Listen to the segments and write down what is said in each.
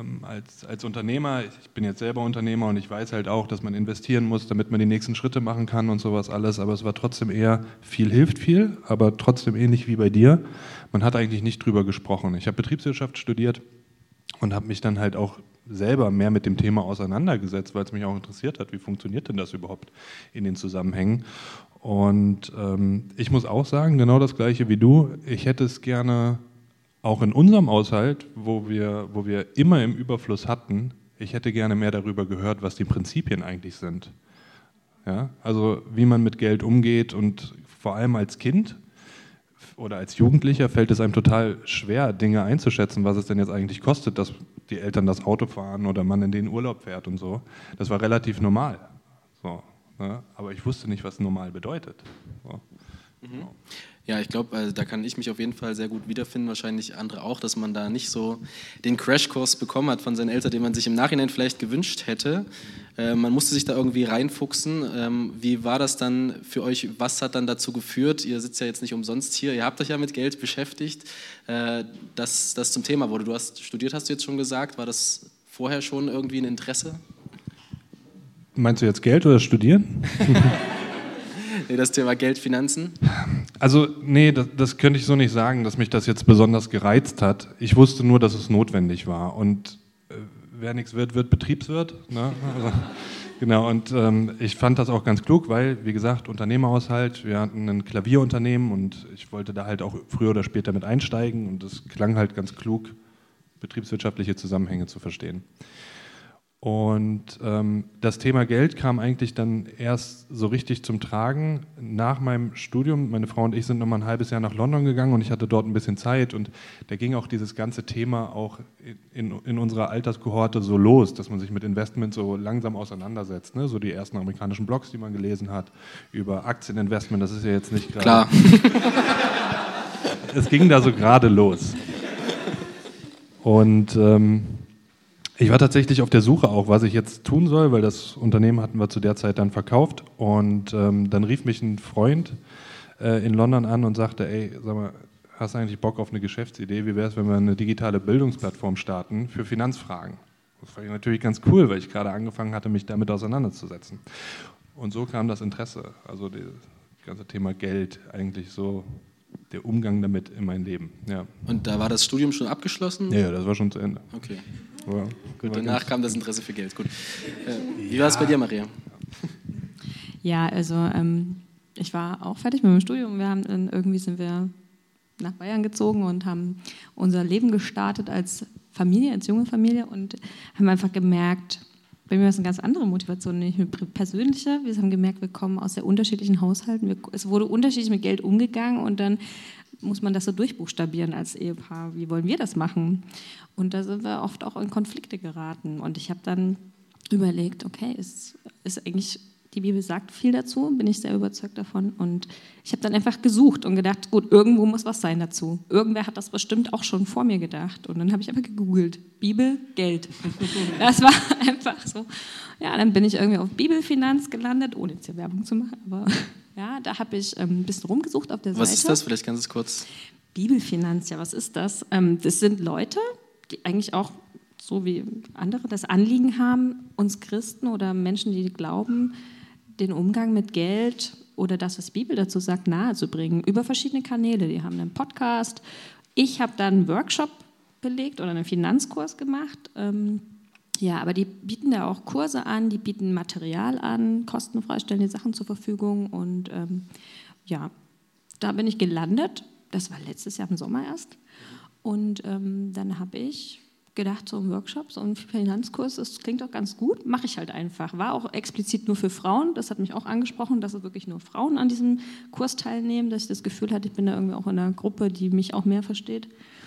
als Unternehmer, ich bin jetzt selber Unternehmer und ich weiß halt auch, dass man investieren muss, damit man die nächsten Schritte machen kann und sowas alles, aber es war trotzdem eher viel hilft viel, aber trotzdem ähnlich wie bei dir. Man hat eigentlich nicht drüber gesprochen. Ich habe Betriebswirtschaft studiert und habe mich dann halt auch selber mehr mit dem Thema auseinandergesetzt, weil es mich auch interessiert hat, wie funktioniert denn das überhaupt in den Zusammenhängen. Und ich muss auch sagen, genau das Gleiche wie du, ich hätte es gerne auch in unserem Haushalt, wo wir immer im Überfluss hatten, ich hätte gerne mehr darüber gehört, was die Prinzipien eigentlich sind. Ja? Also wie man mit Geld umgeht und vor allem als Kind oder als Jugendlicher fällt es einem total schwer, Dinge einzuschätzen, was es denn jetzt eigentlich kostet, dass die Eltern das Auto fahren oder man in den Urlaub fährt und so. Das war relativ normal. So, ne? Aber ich wusste nicht, was normal bedeutet. So. Mhm. Ja, ich glaube, da kann ich mich auf jeden Fall sehr gut wiederfinden, wahrscheinlich andere auch, dass man da nicht so den Crashkurs bekommen hat von seinen Eltern, den man sich im Nachhinein vielleicht gewünscht hätte. Man musste sich da irgendwie reinfuchsen. Wie war das dann für euch? Was hat dann dazu geführt? Ihr sitzt ja jetzt nicht umsonst hier, ihr habt euch ja mit Geld beschäftigt, dass das zum Thema wurde. Du hast studiert, hast du jetzt schon gesagt. War das vorher schon irgendwie ein Interesse? Meinst du jetzt Geld oder Studieren? Nee, das Thema Geld, Finanzen? Also nee, das könnte ich so nicht sagen, dass mich das jetzt besonders gereizt hat. Ich wusste nur, dass es notwendig war. Und wer nichts wird, wird Betriebswirt. Ne? Also, genau, und ich fand das auch ganz klug, weil, wie gesagt, Unternehmerhaushalt, wir hatten ein Klavierunternehmen und ich wollte da halt auch früher oder später mit einsteigen und es klang halt ganz klug, betriebswirtschaftliche Zusammenhänge zu verstehen. Und das Thema Geld kam eigentlich dann erst so richtig zum Tragen nach meinem Studium. Meine Frau und ich sind nochmal ein halbes Jahr nach London gegangen und ich hatte dort ein bisschen Zeit und da ging auch dieses ganze Thema auch in unserer Alterskohorte so los, dass man sich mit Investment so langsam auseinandersetzt. Ne? So die ersten amerikanischen Blogs, die man gelesen hat, über Aktieninvestment, das ist ja jetzt nicht gerade... Klar. Es ging da so gerade los. Und... ich war tatsächlich auf der Suche auch, was ich jetzt tun soll, weil das Unternehmen hatten wir zu der Zeit dann verkauft und dann rief mich ein Freund in London an und sagte, ey, sag mal, hast du eigentlich Bock auf eine Geschäftsidee? Wie wäre es, wenn wir eine digitale Bildungsplattform starten für Finanzfragen? Das fand ich natürlich ganz cool, weil ich gerade angefangen hatte, mich damit auseinanderzusetzen. Und so kam das Interesse, also das ganze Thema Geld eigentlich so, der Umgang damit in mein Leben. Ja. Und da war das Studium schon abgeschlossen? Ja, das war schon zu Ende. Okay. Ja, gut, danach kam das Interesse für Geld. Gut. Wie war es bei dir, Maria? Ja, also ich war auch fertig mit dem Studium. Irgendwie sind wir nach Bayern gezogen und haben unser Leben gestartet als Familie, als junge Familie und haben einfach gemerkt, bei mir war es eine ganz andere Motivation, nämlich eine persönliche. Wir haben gemerkt, wir kommen aus sehr unterschiedlichen Haushalten. Es wurde unterschiedlich mit Geld umgegangen und dann muss man das so durchbuchstabieren als Ehepaar. Wie wollen wir das machen? Und da sind wir oft auch in Konflikte geraten. Und ich habe dann überlegt, okay, ist eigentlich, die Bibel sagt viel dazu, bin ich sehr überzeugt davon. Und ich habe dann einfach gesucht und gedacht, gut, irgendwo muss was sein dazu. Irgendwer hat das bestimmt auch schon vor mir gedacht. Und dann habe ich einfach gegoogelt, Bibel, Geld. Das war einfach so. Ja, dann bin ich irgendwie auf Bibelfinanz gelandet, ohne jetzt hier Werbung zu machen, aber... Ja, da habe ich ein bisschen rumgesucht auf der Seite. Was ist das? Vielleicht kannst du es kurz... Bibelfinanz, ja, was ist das? Das sind Leute, die eigentlich auch, so wie andere, das Anliegen haben, uns Christen oder Menschen, die glauben, den Umgang mit Geld oder das, was die Bibel dazu sagt, nahezubringen, über verschiedene Kanäle. Die haben einen Podcast. Ich habe da einen Workshop belegt oder einen Finanzkurs gemacht. Ja, aber die bieten da auch Kurse an, die bieten Material an, kostenfrei stellen die Sachen zur Verfügung und ja, da bin ich gelandet. Das war letztes Jahr im Sommer erst und dann habe ich gedacht, so ein Workshop, so ein Finanzkurs, das klingt doch ganz gut, mache ich halt einfach. War auch explizit nur für Frauen, das hat mich auch angesprochen, dass es wirklich nur Frauen an diesem Kurs teilnehmen, dass ich das Gefühl hatte, ich bin da irgendwie auch in einer Gruppe, die mich auch mehr versteht.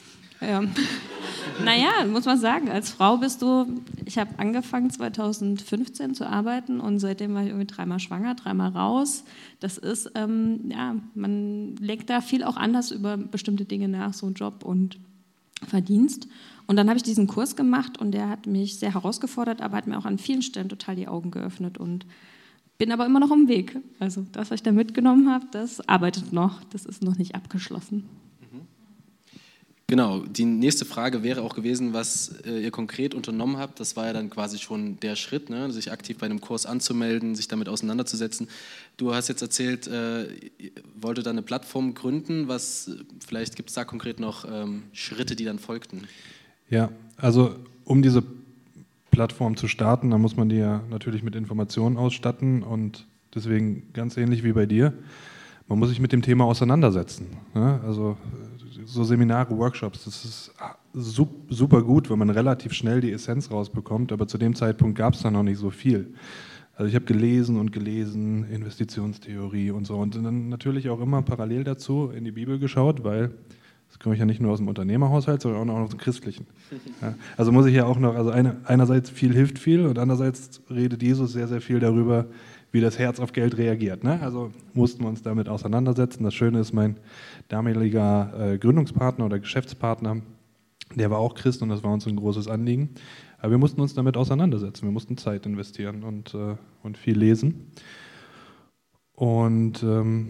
Naja, muss man sagen, als Frau ich habe angefangen 2015 zu arbeiten und seitdem war ich irgendwie 3-mal schwanger, 3-mal raus. Das ist, ja, man lenkt da viel auch anders über bestimmte Dinge nach, so Job und Verdienst. Und dann habe ich diesen Kurs gemacht und der hat mich sehr herausgefordert, aber hat mir auch an vielen Stellen total die Augen geöffnet und bin aber immer noch am Weg. Also das, was ich da mitgenommen habe, das arbeitet noch, das ist noch nicht abgeschlossen. Genau, die nächste Frage wäre auch gewesen, was ihr konkret unternommen habt. Das war ja dann quasi schon der Schritt, ne? Sich aktiv bei einem Kurs anzumelden, sich damit auseinanderzusetzen. Du hast jetzt erzählt, ihr wolltet da eine Plattform gründen. Vielleicht gibt es da konkret noch Schritte, die dann folgten? Ja, also um diese Plattform zu starten, da muss man die ja natürlich mit Informationen ausstatten und deswegen ganz ähnlich wie bei dir, man muss sich mit dem Thema auseinandersetzen. Ne? Also so Seminare, Workshops, das ist super gut, wenn man relativ schnell die Essenz rausbekommt, aber zu dem Zeitpunkt gab es da noch nicht so viel. Also ich habe gelesen, Investitionstheorie und so und dann natürlich auch immer parallel dazu in die Bibel geschaut, weil das komme ich ja nicht nur aus dem Unternehmerhaushalt, sondern auch noch aus dem Christlichen. Ja, also muss ich ja auch noch, also einerseits viel hilft viel und andererseits redet Jesus sehr, sehr viel darüber, wie das Herz auf Geld reagiert. Ne? Also mussten wir uns damit auseinandersetzen. Das Schöne ist, mein damaliger Gründungspartner oder Geschäftspartner, der war auch Christ und das war uns ein großes Anliegen. Aber wir mussten uns damit auseinandersetzen. Wir mussten Zeit investieren und viel lesen. Und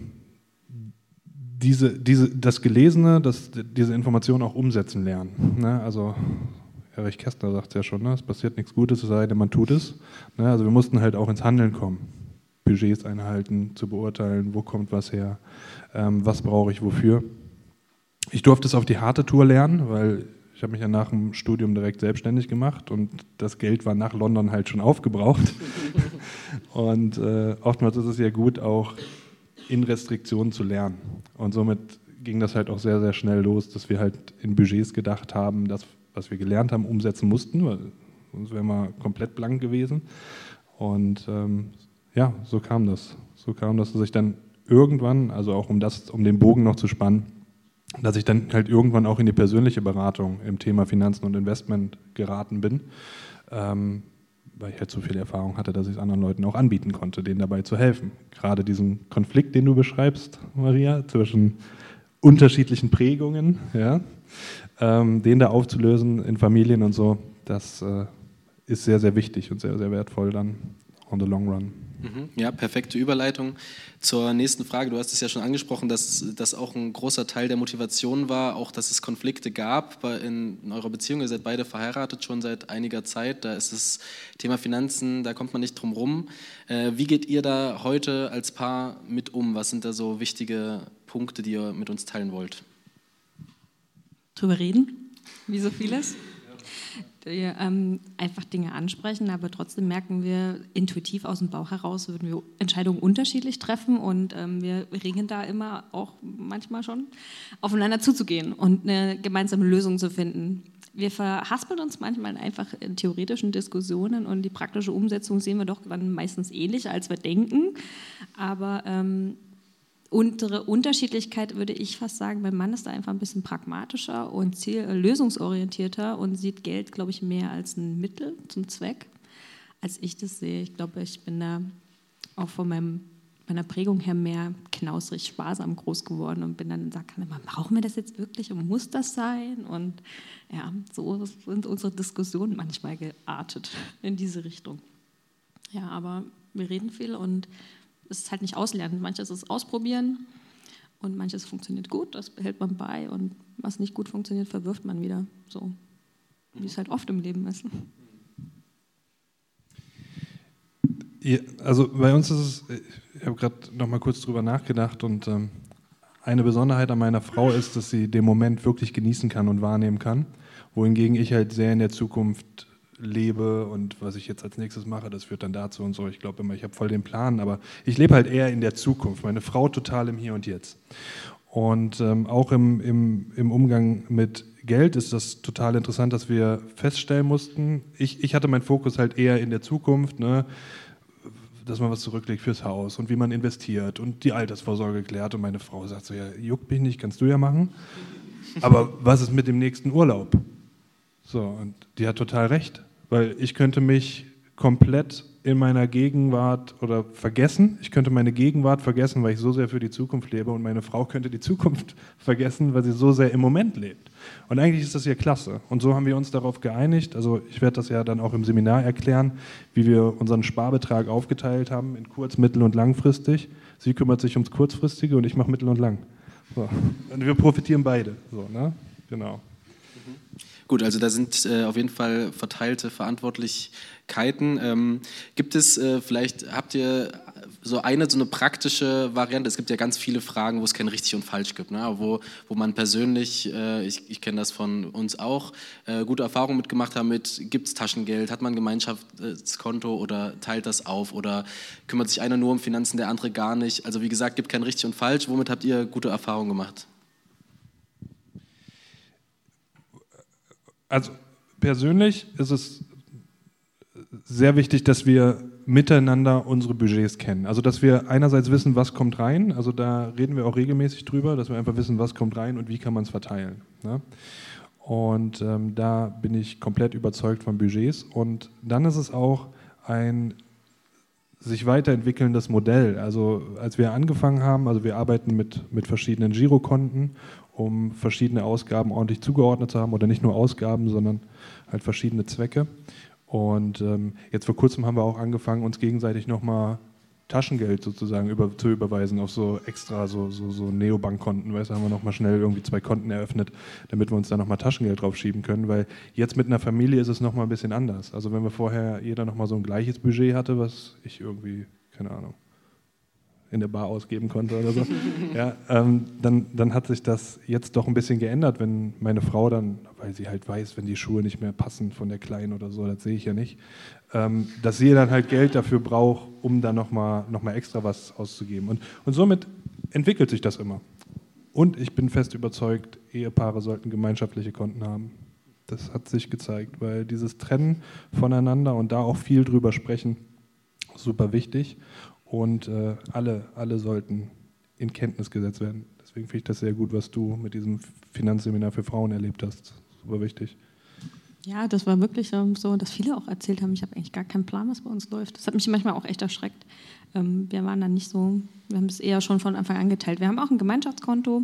das Gelesene, diese Informationen auch umsetzen lernen. Ne? Also Erich Kästner sagt es ja schon, ne? Es passiert nichts Gutes, es sei denn, man tut es. Ne? Also wir mussten halt auch ins Handeln kommen. Budgets einhalten, zu beurteilen, wo kommt was her, was brauche ich wofür. Ich durfte es auf die harte Tour lernen, weil ich habe mich ja nach dem Studium direkt selbstständig gemacht und das Geld war nach London halt schon aufgebraucht. Und oftmals ist es ja gut, auch in Restriktionen zu lernen. Und somit ging das halt auch sehr, sehr schnell los, dass wir halt in Budgets gedacht haben, das, was wir gelernt haben, umsetzen mussten, weil sonst wären wir komplett blank gewesen. Und ja, so kam das. So kam das, dass ich dann irgendwann, also auch um den Bogen noch zu spannen, dass ich dann halt irgendwann auch in die persönliche Beratung im Thema Finanzen und Investment geraten bin, weil ich halt so viel Erfahrung hatte, dass ich es anderen Leuten auch anbieten konnte, denen dabei zu helfen. Gerade diesen Konflikt, den du beschreibst, Maria, zwischen unterschiedlichen Prägungen, ja, den da aufzulösen in Familien und so, das ist sehr, sehr wichtig und sehr, sehr wertvoll dann on the long run. Ja, perfekte Überleitung zur nächsten Frage. Du hast es ja schon angesprochen, dass das auch ein großer Teil der Motivation war, auch dass es Konflikte gab in eurer Beziehung. Ihr seid beide verheiratet schon seit einiger Zeit. Da ist das Thema Finanzen, da kommt man nicht drum rum. Wie geht ihr da heute als Paar mit um? Was sind da so wichtige Punkte, die ihr mit uns teilen wollt? Drüber reden, wie so vieles. Wir einfach Dinge ansprechen, aber trotzdem merken wir intuitiv aus dem Bauch heraus, würden wir Entscheidungen unterschiedlich treffen und wir ringen da immer auch manchmal schon aufeinander zuzugehen und eine gemeinsame Lösung zu finden. Wir verhaspeln uns manchmal einfach in theoretischen Diskussionen und die praktische Umsetzung sehen wir doch dann meistens ähnlich, als wir denken, aber unsere Unterschiedlichkeit, würde ich fast sagen, mein Mann ist da einfach ein bisschen pragmatischer und lösungsorientierter und sieht Geld, glaube ich, mehr als ein Mittel zum Zweck, als ich das sehe. Ich glaube, ich bin da auch von meiner Prägung her mehr knausrig, sparsam groß geworden und bin dann sagt, brauchen wir das jetzt wirklich und muss das sein? Und ja, so sind unsere Diskussionen manchmal geartet in diese Richtung. Ja, aber wir reden viel und es ist halt nicht auslernen. Manches ist ausprobieren und manches funktioniert gut, das behält man bei und was nicht gut funktioniert, verwirft man wieder. So, wie es halt oft im Leben ist. Ja, also bei uns ist es, ich habe gerade noch mal kurz drüber nachgedacht und eine Besonderheit an meiner Frau ist, dass sie den Moment wirklich genießen kann und wahrnehmen kann, wohingegen ich halt sehr in der Zukunft lebe und was ich jetzt als nächstes mache, das führt dann dazu und so. Ich glaube immer, ich habe voll den Plan, aber ich lebe halt eher in der Zukunft. Meine Frau total im Hier und Jetzt. Und auch im Umgang mit Geld ist das total interessant, dass wir feststellen mussten, ich hatte meinen Fokus halt eher in der Zukunft, ne, dass man was zurücklegt fürs Haus und wie man investiert und die Altersvorsorge klärt. Und meine Frau sagt so, ja, juckt mich nicht, kannst du ja machen. Aber was ist mit dem nächsten Urlaub? So, und die hat total recht, weil ich könnte mich komplett in meiner Gegenwart oder vergessen. Ich könnte meine Gegenwart vergessen, weil ich so sehr für die Zukunft lebe und meine Frau könnte die Zukunft vergessen, weil sie so sehr im Moment lebt. Und eigentlich ist das ja klasse. Und so haben wir uns darauf geeinigt. Also ich werde das ja dann auch im Seminar erklären, wie wir unseren Sparbetrag aufgeteilt haben in kurz-, mittel- und langfristig. Sie kümmert sich ums Kurzfristige und ich mache mittel- und lang. So. Und wir profitieren beide. So, ne? Genau. Gut, also da sind auf jeden Fall verteilte Verantwortlichkeiten. Gibt es vielleicht, habt ihr so eine praktische Variante? Es gibt ja ganz viele Fragen, wo es kein richtig und falsch gibt, ne? Wo man persönlich, ich kenne das von uns auch, gute Erfahrungen mitgemacht haben mit, gibt es Taschengeld, hat man ein Gemeinschaftskonto oder teilt das auf oder kümmert sich einer nur um Finanzen, der andere gar nicht? Also wie gesagt, gibt kein richtig und falsch. Womit habt ihr gute Erfahrungen gemacht? Also persönlich ist es sehr wichtig, dass wir miteinander unsere Budgets kennen. Also dass wir einerseits wissen, was kommt rein, also da reden wir auch regelmäßig drüber, dass wir einfach wissen, was kommt rein und wie kann man es verteilen. Ne? Und da bin ich komplett überzeugt von Budgets. Und dann ist es auch ein sich weiterentwickelndes Modell. Also als wir angefangen haben, also wir arbeiten mit verschiedenen Girokonten, um verschiedene Ausgaben ordentlich zugeordnet zu haben oder nicht nur Ausgaben, sondern halt verschiedene Zwecke. Und jetzt vor kurzem haben wir auch angefangen, uns gegenseitig nochmal Taschengeld sozusagen zu überweisen auf so extra, so Neobankkonten. Weißt du, haben wir nochmal schnell irgendwie 2 Konten eröffnet, damit wir uns da nochmal Taschengeld drauf schieben können, weil jetzt mit einer Familie ist es nochmal ein bisschen anders. Also wenn wir vorher jeder nochmal so ein gleiches Budget hatte, was ich irgendwie, keine Ahnung, in der Bar ausgeben konnte oder so, ja, dann hat sich das jetzt doch ein bisschen geändert, wenn meine Frau dann, weil sie halt weiß, wenn die Schuhe nicht mehr passen von der Kleinen oder so, das sehe ich ja nicht, dass sie dann halt Geld dafür braucht, um dann noch mal extra was auszugeben. Und somit entwickelt sich das immer. Und ich bin fest überzeugt, Ehepaare sollten gemeinschaftliche Konten haben. Das hat sich gezeigt, weil dieses Trennen voneinander und da auch viel drüber sprechen, super wichtig. Und alle sollten in Kenntnis gesetzt werden. Deswegen finde ich das sehr gut, was du mit diesem Finanzseminar für Frauen erlebt hast. Super wichtig. Ja, das war wirklich so, dass viele auch erzählt haben, ich habe eigentlich gar keinen Plan, was bei uns läuft. Das hat mich manchmal auch echt erschreckt. Wir waren dann nicht so, wir haben es eher schon von Anfang an geteilt. Wir haben auch ein Gemeinschaftskonto.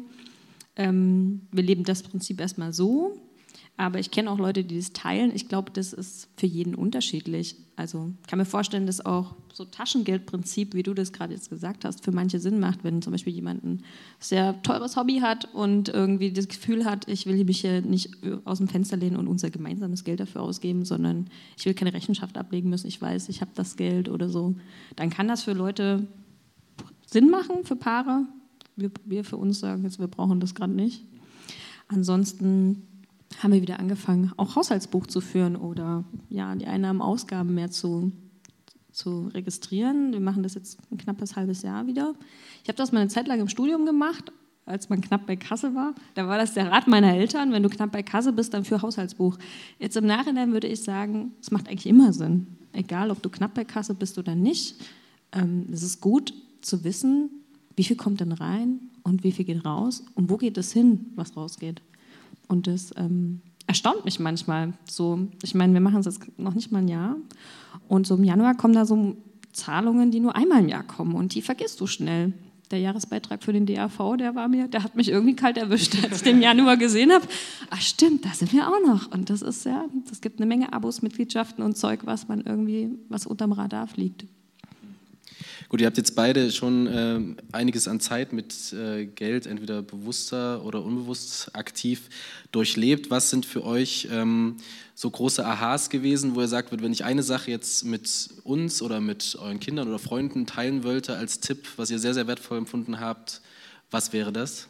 Wir leben das Prinzip erstmal so. Aber ich kenne auch Leute, die das teilen. Ich glaube, das ist für jeden unterschiedlich. Also ich kann mir vorstellen, dass auch so Taschengeldprinzip, wie du das gerade jetzt gesagt hast, für manche Sinn macht, wenn zum Beispiel jemand ein sehr teures Hobby hat und irgendwie das Gefühl hat, ich will mich hier nicht aus dem Fenster lehnen und unser gemeinsames Geld dafür ausgeben, sondern ich will keine Rechenschaft ablegen müssen, ich weiß, ich habe das Geld oder so. Dann kann das für Leute Sinn machen, für Paare. Wir für uns sagen jetzt, wir brauchen das gerade nicht. Ansonsten haben wir wieder angefangen, auch Haushaltsbuch zu führen oder ja, die Einnahmen, Ausgaben mehr zu registrieren. Wir machen das jetzt ein knappes halbes Jahr wieder. Ich habe das mal eine Zeit lang im Studium gemacht, als man knapp bei Kasse war. Da war das der Rat meiner Eltern, wenn du knapp bei Kasse bist, dann für Haushaltsbuch. Jetzt im Nachhinein würde ich sagen, es macht eigentlich immer Sinn. Egal, ob du knapp bei Kasse bist oder nicht. Es ist gut zu wissen, wie viel kommt denn rein und wie viel geht raus und wo geht es hin, was rausgeht. Und das erstaunt mich manchmal. So, ich meine, wir machen es jetzt noch nicht mal ein Jahr. Und so im Januar kommen da so Zahlungen, die nur einmal im Jahr kommen. Und die vergisst du schnell. Der Jahresbeitrag für den DAV, der hat mich irgendwie kalt erwischt, als ich den im Januar gesehen habe. Ach stimmt, da sind wir auch noch. Und das gibt eine Menge Abos, Mitgliedschaften und Zeug, was unterm Radar fliegt. Gut, ihr habt jetzt beide schon einiges an Zeit mit Geld, entweder bewusster oder unbewusst aktiv durchlebt. Was sind für euch so große Aha's gewesen, wo ihr sagt, wenn ich eine Sache jetzt mit uns oder mit euren Kindern oder Freunden teilen wollte als Tipp, was ihr sehr, sehr wertvoll empfunden habt, was wäre das?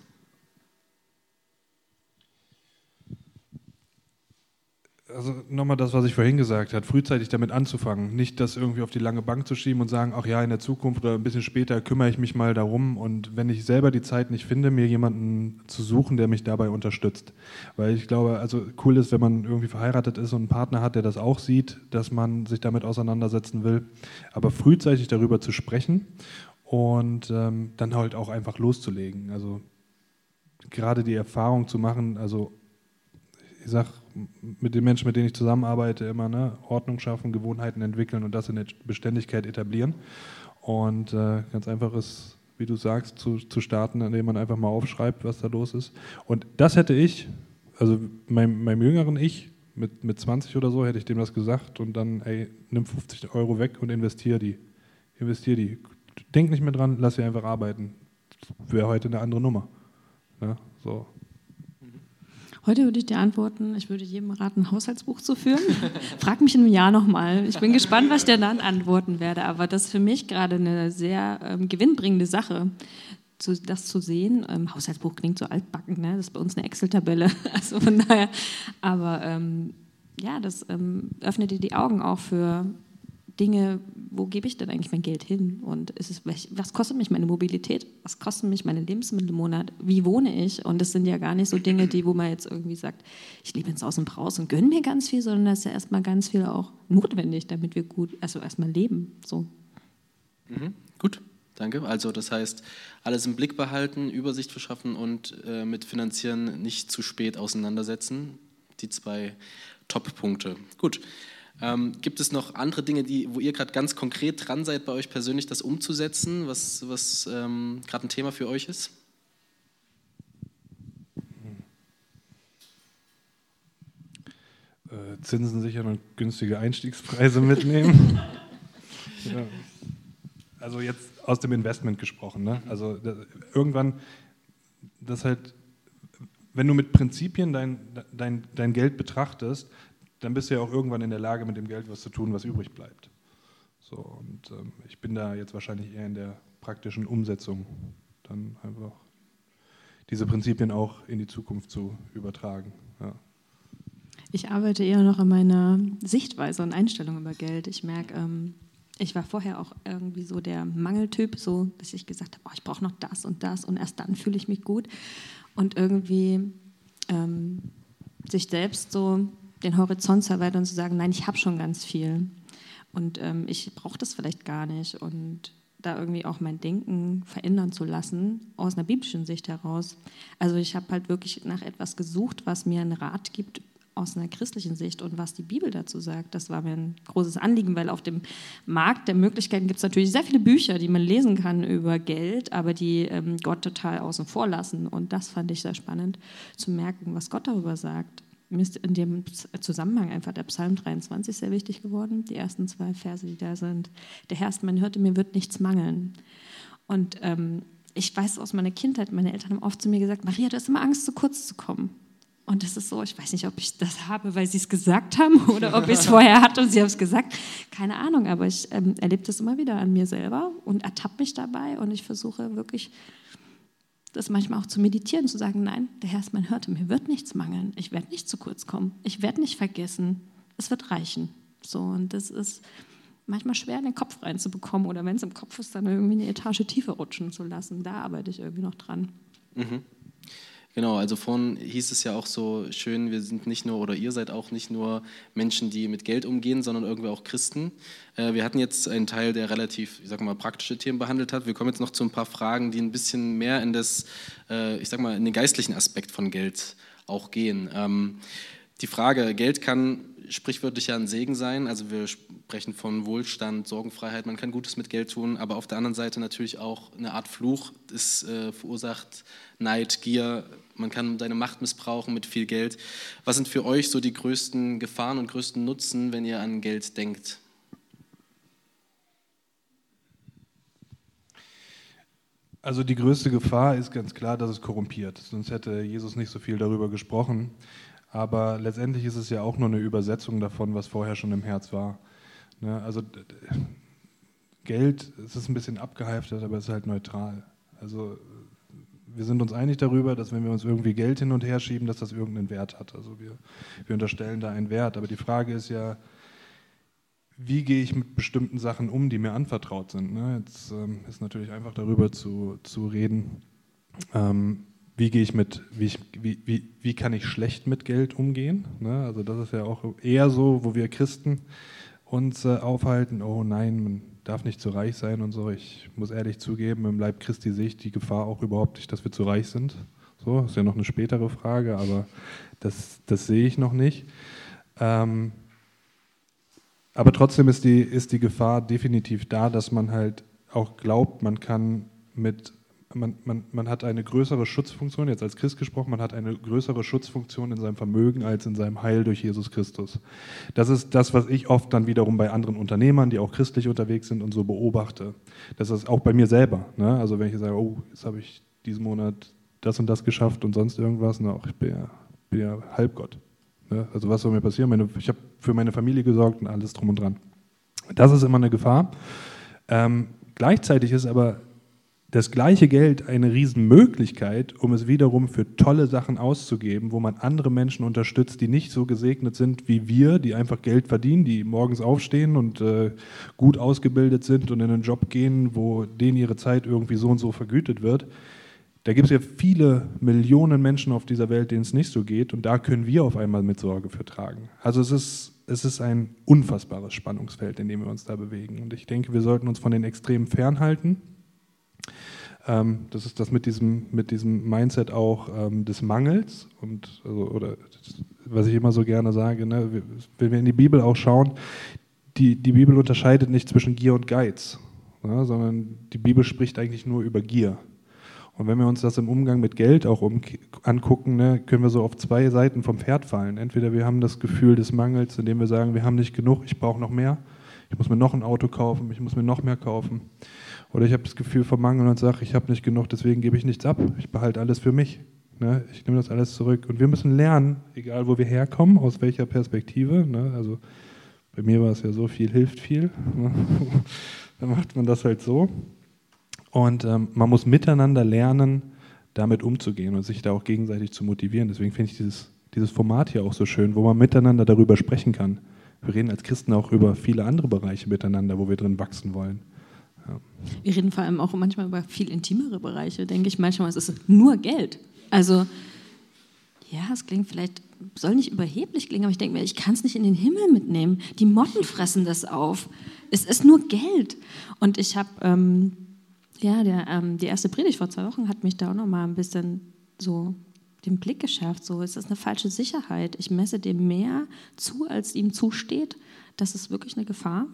Also nochmal das, was ich vorhin gesagt habe, frühzeitig damit anzufangen, nicht das irgendwie auf die lange Bank zu schieben und sagen, ach ja, in der Zukunft oder ein bisschen später kümmere ich mich mal darum und wenn ich selber die Zeit nicht finde, mir jemanden zu suchen, der mich dabei unterstützt. Weil ich glaube, also cool ist, wenn man irgendwie verheiratet ist und einen Partner hat, der das auch sieht, dass man sich damit auseinandersetzen will, aber frühzeitig darüber zu sprechen und dann halt auch einfach loszulegen. Also gerade die Erfahrung zu machen, also ich sage mit den Menschen, mit denen ich zusammenarbeite, immer Ordnung schaffen, Gewohnheiten entwickeln und das in der Beständigkeit etablieren. Und ganz einfach ist, wie du sagst, zu starten, indem man einfach mal aufschreibt, was da los ist. Und das hätte ich, also meinem jüngeren Ich, mit 20 oder so, hätte ich dem das gesagt und dann, ey, nimm 50 € weg und investier die. Denk nicht mehr dran, lass sie einfach arbeiten. Wäre heute eine andere Nummer. Ja, so. Heute würde ich dir antworten, ich würde jedem raten, ein Haushaltsbuch zu führen. Frag mich in einem Jahr nochmal. Ich bin gespannt, was ich dir dann antworten werde. Aber das ist für mich gerade eine sehr gewinnbringende Sache, das zu sehen. Haushaltsbuch klingt so altbacken, ne? Das ist bei uns eine Excel-Tabelle. Also von daher. Aber das öffnet dir die Augen auch für Dinge, wo gebe ich denn eigentlich mein Geld hin? Und was kostet mich meine Mobilität? Was kosten mich meine Lebensmittel im Monat? Wie wohne ich? Und das sind ja gar nicht so Dinge, wo man jetzt irgendwie sagt, ich lebe ins Aus und Braus und gönne mir ganz viel, sondern das ist ja erstmal ganz viel auch notwendig, damit wir erstmal leben. So. Gut, danke. Also das heißt, alles im Blick behalten, Übersicht verschaffen und mit Finanzieren nicht zu spät auseinandersetzen. Die 2 Top-Punkte. Gut. Gibt es noch andere Dinge, wo ihr gerade ganz konkret dran seid, bei euch persönlich das umzusetzen, was gerade ein Thema für euch ist? Zinsen sichern und günstige Einstiegspreise mitnehmen. Ja. Also jetzt aus dem Investment gesprochen. Ne? Also irgendwann, wenn du mit Prinzipien dein Geld betrachtest, dann bist du ja auch irgendwann in der Lage, mit dem Geld was zu tun, was übrig bleibt. So, und ich bin da jetzt wahrscheinlich eher in der praktischen Umsetzung, dann einfach diese Prinzipien auch in die Zukunft zu übertragen. Ja. Ich arbeite eher noch an meiner Sichtweise und Einstellung über Geld. Ich merke, ich war vorher auch irgendwie so der Mangeltyp, so dass ich gesagt habe, ich brauche noch das und erst dann fühle ich mich gut. Und irgendwie sich selbst so den Horizont zu erweitern und zu sagen, nein, ich habe schon ganz viel und ich brauche das vielleicht gar nicht und da irgendwie auch mein Denken verändern zu lassen, aus einer biblischen Sicht heraus. Also ich habe halt wirklich nach etwas gesucht, was mir einen Rat gibt aus einer christlichen Sicht und was die Bibel dazu sagt. Das war mir ein großes Anliegen, weil auf dem Markt der Möglichkeiten gibt es natürlich sehr viele Bücher, die man lesen kann über Geld, aber die Gott total außen vor lassen und das fand ich sehr spannend, zu merken, was Gott darüber sagt. Mir ist in dem Zusammenhang einfach der Psalm 23 sehr wichtig geworden. Die ersten 2 Verse, die da sind. Der Herr ist mein Hirte, mir wird nichts mangeln. Und ich weiß aus meiner Kindheit, meine Eltern haben oft zu mir gesagt, Maria, du hast immer Angst, zu kurz zu kommen. Und das ist so, ich weiß nicht, ob ich das habe, weil sie es gesagt haben oder ob ich es vorher hatte und sie haben es gesagt. Keine Ahnung, aber ich erlebe das immer wieder an mir selber und ertappe mich dabei und ich versuche wirklich das manchmal auch zu meditieren, zu sagen, nein, der Herr ist mein Hirte, mir wird nichts mangeln, ich werde nicht zu kurz kommen, ich werde nicht vergessen, es wird reichen. So, und das ist manchmal schwer in den Kopf reinzubekommen oder wenn es im Kopf ist, dann irgendwie eine Etage tiefer rutschen zu lassen. Da arbeite ich irgendwie noch dran. Genau, also vorhin hieß es ja auch so schön, wir sind nicht nur, oder ihr seid auch nicht nur Menschen, die mit Geld umgehen, sondern irgendwie auch Christen. Wir hatten jetzt einen Teil, der relativ, ich sag mal, praktische Themen behandelt hat. Wir kommen jetzt noch zu ein paar Fragen, die ein bisschen mehr in in den geistlichen Aspekt von Geld auch gehen. Die Frage, Geld kann sprichwörtlich ja ein Segen sein, also wir sprechen von Wohlstand, Sorgenfreiheit, man kann Gutes mit Geld tun, aber auf der anderen Seite natürlich auch eine Art Fluch, es verursacht Neid, Gier, man kann seine Macht missbrauchen mit viel Geld. Was sind für euch so die größten Gefahren und größten Nutzen, wenn ihr an Geld denkt? Also die größte Gefahr ist ganz klar, dass es korrumpiert, sonst hätte Jesus nicht so viel darüber gesprochen. Aber letztendlich ist es ja auch nur eine Übersetzung davon, was vorher schon im Herz war. Ne? Also Geld, es ist ein bisschen abgeheftet, aber es ist halt neutral. Also wir sind uns einig darüber, dass wenn wir uns irgendwie Geld hin und her schieben, dass das irgendeinen Wert hat. Also wir unterstellen da einen Wert. Aber die Frage ist ja, wie gehe ich mit bestimmten Sachen um, die mir anvertraut sind. Ne? Jetzt ist natürlich einfach darüber zu reden, wie kann ich schlecht mit Geld umgehen. Ne? Also das ist ja auch eher so, wo wir Christen uns aufhalten, oh nein, man darf nicht zu reich sein und so. Ich muss ehrlich zugeben, im Leib Christi sehe ich die Gefahr auch überhaupt nicht, dass wir zu reich sind. So, ist ja noch eine spätere Frage, aber das sehe ich noch nicht. Aber trotzdem ist die Gefahr definitiv da, dass man halt auch glaubt, man hat eine größere Schutzfunktion, jetzt als Christ gesprochen, man hat eine größere Schutzfunktion in seinem Vermögen als in seinem Heil durch Jesus Christus. Das ist das, was ich oft dann wiederum bei anderen Unternehmern, die auch christlich unterwegs sind und so beobachte. Das ist auch bei mir selber. Ne? Also wenn ich sage, oh, jetzt habe ich diesen Monat das und das geschafft und sonst irgendwas, ich bin ja bin ja Halbgott. Ne? Also was soll mir passieren? Ich habe für meine Familie gesorgt und alles drum und dran. Das ist immer eine Gefahr. Gleichzeitig ist aber das gleiche Geld eine Riesenmöglichkeit, um es wiederum für tolle Sachen auszugeben, wo man andere Menschen unterstützt, die nicht so gesegnet sind wie wir, die einfach Geld verdienen, die morgens aufstehen und gut ausgebildet sind und in einen Job gehen, wo denen ihre Zeit irgendwie so und so vergütet wird. Da gibt es ja viele Millionen Menschen auf dieser Welt, denen es nicht so geht, und da können wir auf einmal mit Sorge für tragen. Also es ist ein unfassbares Spannungsfeld, in dem wir uns da bewegen. Und ich denke, wir sollten uns von den Extremen fernhalten. Das ist das mit diesem Mindset auch des Mangels oder was ich immer so gerne sage, ne, wenn wir in die Bibel auch schauen, die Bibel unterscheidet nicht zwischen Gier und Geiz, ne, sondern die Bibel spricht eigentlich nur über Gier. Und wenn wir uns das im Umgang mit Geld auch angucken, ne, können wir so auf zwei Seiten vom Pferd fallen. Entweder wir haben das Gefühl des Mangels, indem wir sagen, wir haben nicht genug, ich brauche noch mehr, ich muss mir noch ein Auto kaufen, ich muss mir noch mehr kaufen. Oder ich habe das Gefühl vom Mangel und sage, ich habe nicht genug, deswegen gebe ich nichts ab. Ich behalte alles für mich. Ne? Ich nehme das alles zurück. Und wir müssen lernen, egal wo wir herkommen, aus welcher Perspektive. Ne? Also bei mir war es ja so, viel hilft viel. Ne? Dann macht man das halt so. Und man muss miteinander lernen, damit umzugehen und sich da auch gegenseitig zu motivieren. Deswegen finde ich dieses Format hier auch so schön, wo man miteinander darüber sprechen kann. Wir reden als Christen auch über viele andere Bereiche miteinander, wo wir drin wachsen wollen. Ja. Wir reden vor allem auch manchmal über viel intimere Bereiche, denke ich manchmal. Es ist nur Geld. Also, ja, es klingt vielleicht, soll nicht überheblich klingen, aber ich denke mir, ich kann es nicht in den Himmel mitnehmen. Die Motten fressen das auf. Es ist nur Geld. Und ich habe, die erste Predigt vor 2 Wochen hat mich da auch nochmal ein bisschen so den Blick geschärft. So, es ist eine falsche Sicherheit. Ich messe dem mehr zu, als ihm zusteht. Das ist wirklich eine Gefahr.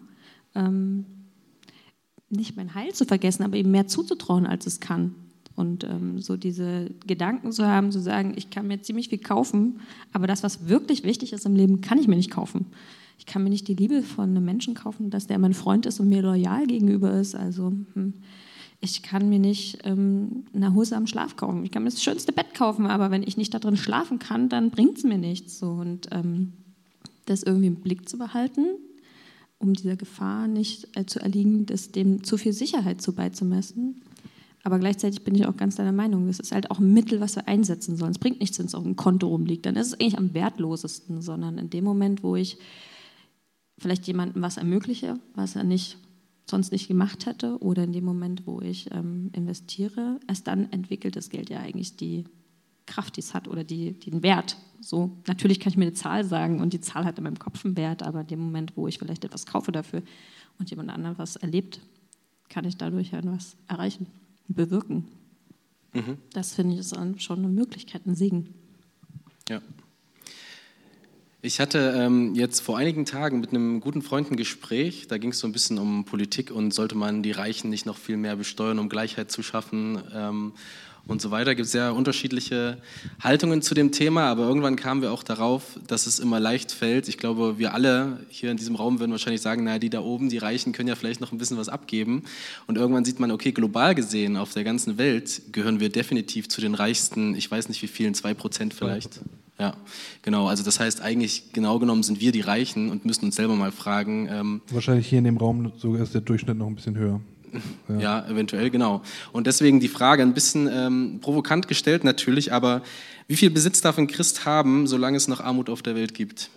Nicht mein Heil zu vergessen, aber ihm mehr zuzutrauen, als es kann. Und so diese Gedanken zu haben, zu sagen, ich kann mir ziemlich viel kaufen, aber das, was wirklich wichtig ist im Leben, kann ich mir nicht kaufen. Ich kann mir nicht die Liebe von einem Menschen kaufen, dass der mein Freund ist und mir loyal gegenüber ist. Also ich kann mir nicht eine Hose am Schlaf kaufen. Ich kann mir das schönste Bett kaufen, aber wenn ich nicht da drin schlafen kann, dann bringt es mir nichts. So. Und das irgendwie im Blick zu behalten, um dieser Gefahr nicht zu erliegen, dem zu viel Sicherheit beizumessen. Aber gleichzeitig bin ich auch ganz deiner Meinung, das ist halt auch ein Mittel, was wir einsetzen sollen. Es bringt nichts, wenn es auf dem Konto rumliegt. Dann ist es eigentlich am wertlosesten, sondern in dem Moment, wo ich vielleicht jemandem was ermögliche, was er sonst nicht gemacht hätte, oder in dem Moment, wo ich investiere, erst dann entwickelt das Geld ja eigentlich die Kraft, die es hat, oder den Wert. So, natürlich kann ich mir eine Zahl sagen und die Zahl hat in meinem Kopf einen Wert, aber in dem Moment, wo ich vielleicht etwas kaufe dafür und jemand anderem was erlebt, kann ich dadurch ja was erreichen, bewirken. Mhm. Das finde ich ist schon eine Möglichkeit, ein Segen. Ja. Ich hatte jetzt vor einigen Tagen mit einem guten Freund ein Gespräch, da ging es so ein bisschen um Politik und sollte man die Reichen nicht noch viel mehr besteuern, um Gleichheit zu schaffen und so weiter. Es gibt sehr unterschiedliche Haltungen zu dem Thema, aber irgendwann kamen wir auch darauf, dass es immer leicht fällt. Ich glaube, wir alle hier in diesem Raum würden wahrscheinlich sagen, naja, die da oben, die Reichen, können ja vielleicht noch ein bisschen was abgeben. Und irgendwann sieht man, okay, global gesehen, auf der ganzen Welt gehören wir definitiv zu den reichsten, ich weiß nicht wie vielen, 2% vielleicht. Ja, genau. Also das heißt, eigentlich genau genommen sind wir die Reichen und müssen uns selber mal fragen. Wahrscheinlich hier in dem Raum sogar ist der Durchschnitt noch ein bisschen höher. Ja, eventuell, genau. Und deswegen die Frage ein bisschen provokant gestellt natürlich, aber wie viel Besitz darf ein Christ haben, solange es noch Armut auf der Welt gibt?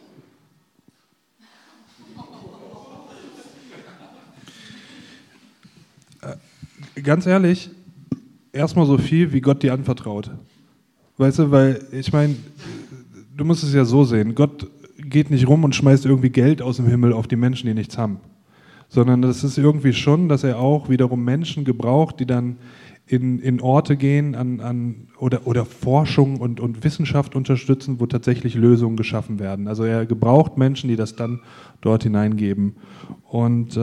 Ganz ehrlich, erstmal so viel, wie Gott dir anvertraut. Weißt du, weil ich meine, du musst es ja so sehen, Gott geht nicht rum und schmeißt irgendwie Geld aus dem Himmel auf die Menschen, die nichts haben. Sondern das ist irgendwie schon, dass er auch wiederum Menschen gebraucht, die dann in Orte gehen oder Forschung und Wissenschaft unterstützen, wo tatsächlich Lösungen geschaffen werden. Also er gebraucht Menschen, die das dann dort hineingeben. Und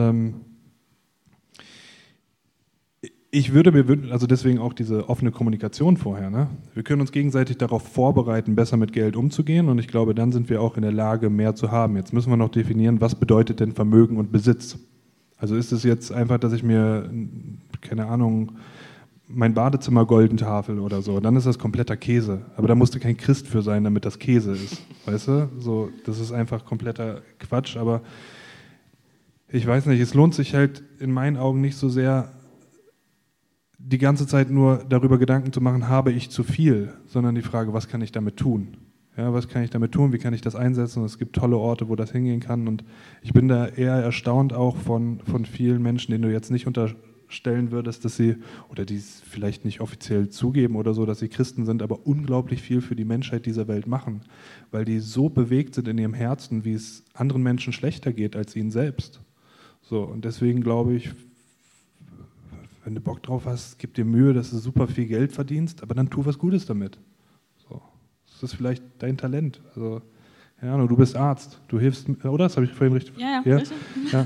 ich würde mir wünschen, also deswegen auch diese offene Kommunikation vorher, ne? Wir können uns gegenseitig darauf vorbereiten, besser mit Geld umzugehen, und ich glaube, dann sind wir auch in der Lage, mehr zu haben. Jetzt müssen wir noch definieren, was bedeutet denn Vermögen und Besitz? Also ist es jetzt einfach, dass ich mir, keine Ahnung, mein Badezimmer Goldentafel oder so, dann ist das kompletter Käse. Aber da musste kein Christ für sein, damit das Käse ist. Weißt du? So, das ist einfach kompletter Quatsch. Aber ich weiß nicht, es lohnt sich halt in meinen Augen nicht so sehr, die ganze Zeit nur darüber Gedanken zu machen, habe ich zu viel, sondern die Frage, was kann ich damit tun? Ja, was kann ich damit tun? Wie kann ich das einsetzen? Und es gibt tolle Orte, wo das hingehen kann. Und ich bin da eher erstaunt auch von vielen Menschen, denen du jetzt nicht unterstellen würdest, dass sie, oder die es vielleicht nicht offiziell zugeben oder so, dass sie Christen sind, aber unglaublich viel für die Menschheit dieser Welt machen, weil die so bewegt sind in ihrem Herzen, wie es anderen Menschen schlechter geht als ihnen selbst. So, und deswegen glaube ich, wenn du Bock drauf hast, gib dir Mühe, dass du super viel Geld verdienst, aber dann tu was Gutes damit. So. Das ist vielleicht dein Talent. Also, ja, du bist Arzt, du hilfst, oder? Das habe ich vorhin richtig... Ja. Ja.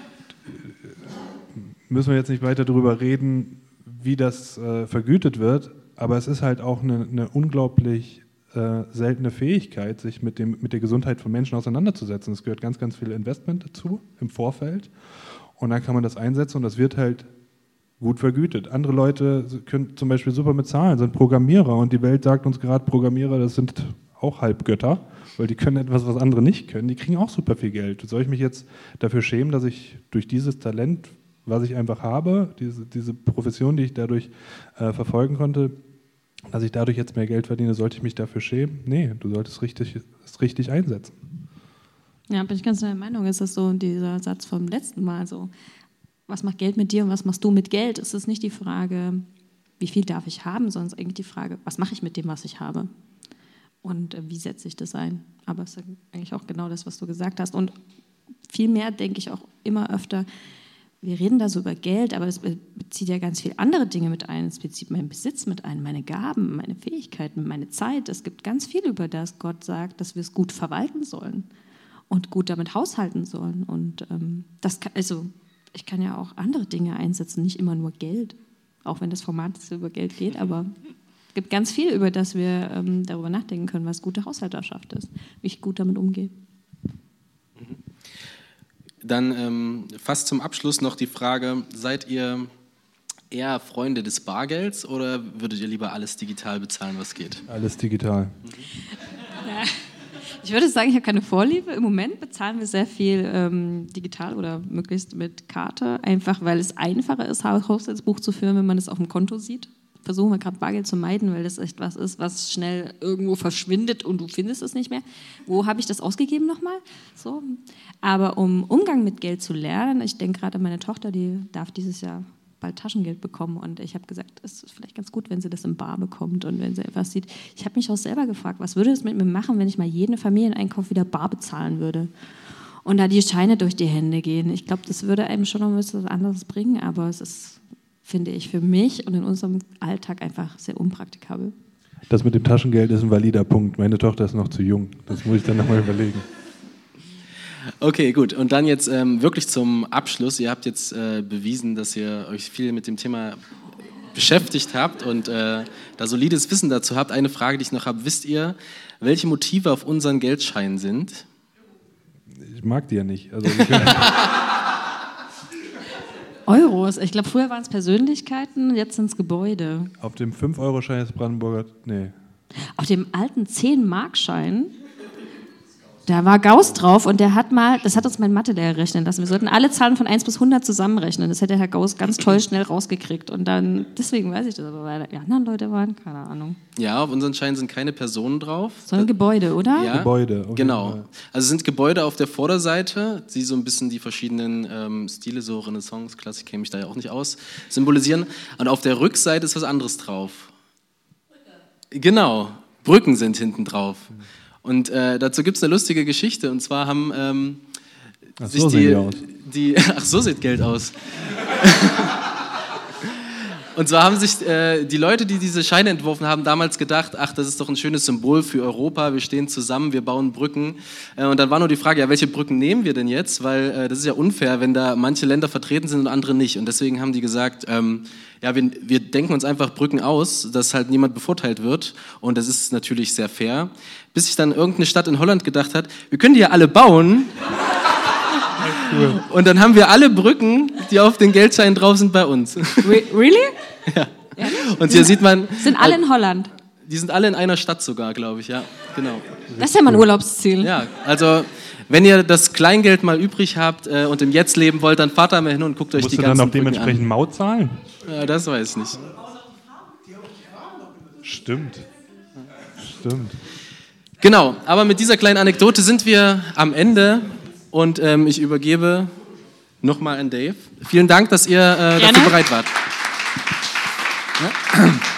Müssen wir jetzt nicht weiter darüber reden, wie das vergütet wird, aber es ist halt auch eine unglaublich seltene Fähigkeit, sich mit der Gesundheit von Menschen auseinanderzusetzen. Es gehört ganz, ganz viel Investment dazu im Vorfeld und dann kann man das einsetzen und das wird halt gut vergütet. Andere Leute können zum Beispiel super mit Zahlen, sind Programmierer und die Welt sagt uns gerade, Programmierer, das sind auch Halbgötter, weil die können etwas, was andere nicht können. Die kriegen auch super viel Geld. Soll ich mich jetzt dafür schämen, dass ich durch dieses Talent, was ich einfach habe, diese Profession, die ich dadurch verfolgen konnte, dass ich dadurch jetzt mehr Geld verdiene, sollte ich mich dafür schämen? Nee, du solltest es richtig einsetzen. Ja, bin ich ganz deiner Meinung. Ist das so dieser Satz vom letzten Mal so, was macht Geld mit dir und was machst du mit Geld? Es ist nicht die Frage, wie viel darf ich haben, sondern es ist eigentlich die Frage, was mache ich mit dem, was ich habe? Und wie setze ich das ein? Aber es ist eigentlich auch genau das, was du gesagt hast. Und vielmehr denke ich auch immer öfter, wir reden da so über Geld, aber es bezieht ja ganz viele andere Dinge mit ein. Es bezieht meinen Besitz mit ein, meine Gaben, meine Fähigkeiten, meine Zeit. Es gibt ganz viel, über das Gott sagt, dass wir es gut verwalten sollen und gut damit haushalten sollen. Und ich kann ja auch andere Dinge einsetzen, nicht immer nur Geld, auch wenn das Format über Geld geht, aber es gibt ganz viel, über das wir darüber nachdenken können, was gute Haushalterschaft ist, wie ich gut damit umgehe. Dann fast zum Abschluss noch die Frage, seid ihr eher Freunde des Bargelds oder würdet ihr lieber alles digital bezahlen, was geht? Alles digital. Ja. Ich würde sagen, ich habe keine Vorliebe. Im Moment bezahlen wir sehr viel digital oder möglichst mit Karte, einfach weil es einfacher ist, Haushaltsbuch zu führen, wenn man es auf dem Konto sieht. Versuchen wir gerade Bargeld zu meiden, weil das echt was ist, was schnell irgendwo verschwindet und du findest es nicht mehr. Wo habe ich das ausgegeben nochmal? So. Aber um Umgang mit Geld zu lernen, ich denke gerade an meine Tochter, die darf dieses Jahr bald Taschengeld bekommen und ich habe gesagt, es ist vielleicht ganz gut, wenn sie das im Bar bekommt und wenn sie etwas sieht. Ich habe mich auch selber gefragt, was würde es mit mir machen, wenn ich mal jeden Familieneinkauf wieder bar bezahlen würde und da die Scheine durch die Hände gehen. Ich glaube, das würde einem schon noch ein bisschen was anderes bringen, aber es ist, finde ich, für mich und in unserem Alltag einfach sehr unpraktikabel. Das mit dem Taschengeld ist ein valider Punkt. Meine Tochter ist noch zu jung. Das muss ich dann nochmal überlegen. Okay, gut. Und dann jetzt wirklich zum Abschluss. Ihr habt jetzt bewiesen, dass ihr euch viel mit dem Thema beschäftigt habt und da solides Wissen dazu habt. Eine Frage, die ich noch habe. Wisst ihr, welche Motive auf unseren Geldscheinen sind? Ich mag die ja nicht. Also Euros. Ich glaube, früher waren es Persönlichkeiten, jetzt sind es Gebäude. Auf dem 5-Euro-Schein ist Brandenburger... Nee. Auf dem alten 10-Mark-Schein, da war Gauss drauf und der hat mal, das hat uns mein Mathelehrer rechnen lassen, wir sollten alle Zahlen von 1 bis 100 zusammenrechnen. Das hätte Herr Gauss ganz toll schnell rausgekriegt. Und dann, deswegen weiß ich das, aber weil die anderen Leute waren, keine Ahnung. Ja, auf unseren Scheinen sind keine Personen drauf. Sondern Gebäude, oder? Ja, Gebäude. Okay. Genau. Also es sind Gebäude auf der Vorderseite, die so ein bisschen die verschiedenen Stile, so Renaissance, Klassik, kenne mich da ja auch nicht aus, symbolisieren. Und auf der Rückseite ist was anderes drauf. Genau, Brücken sind hinten drauf. Und dazu gibt es eine lustige Geschichte. Und zwar haben sich so sehen die aus. Ach, so sieht Geld aus. Und zwar haben sich die Leute, die diese Scheine entworfen haben, damals gedacht, ach, das ist doch ein schönes Symbol für Europa, wir stehen zusammen, wir bauen Brücken. Und dann war nur die Frage, ja, welche Brücken nehmen wir denn jetzt? Weil das ist ja unfair, wenn da manche Länder vertreten sind und andere nicht. Und deswegen haben die gesagt, ja, wir denken uns einfach Brücken aus, dass halt niemand bevorteilt wird. Und das ist natürlich sehr fair. Bis sich dann irgendeine Stadt in Holland gedacht hat, wir können die ja alle bauen. Und dann haben wir alle Brücken, die auf den Geldscheinen drauf sind, bei uns. Really? Ja. Ja. Und hier sieht man... Sind alle in Holland. Die sind alle in einer Stadt sogar, glaube ich, ja, genau. Das ist ja mein Urlaubsziel. Ja, also wenn ihr das Kleingeld mal übrig habt und im Jetzt leben wollt, dann fahrt da mal hin und guckt euch Musst die du ganzen dann auch Brücken dementsprechend an. Maut zahlen? Ja, das weiß ich nicht. Stimmt. Genau, aber mit dieser kleinen Anekdote sind wir am Ende und ich übergebe nochmal an Dave. Vielen Dank, dass ihr dafür bereit wart. Ja.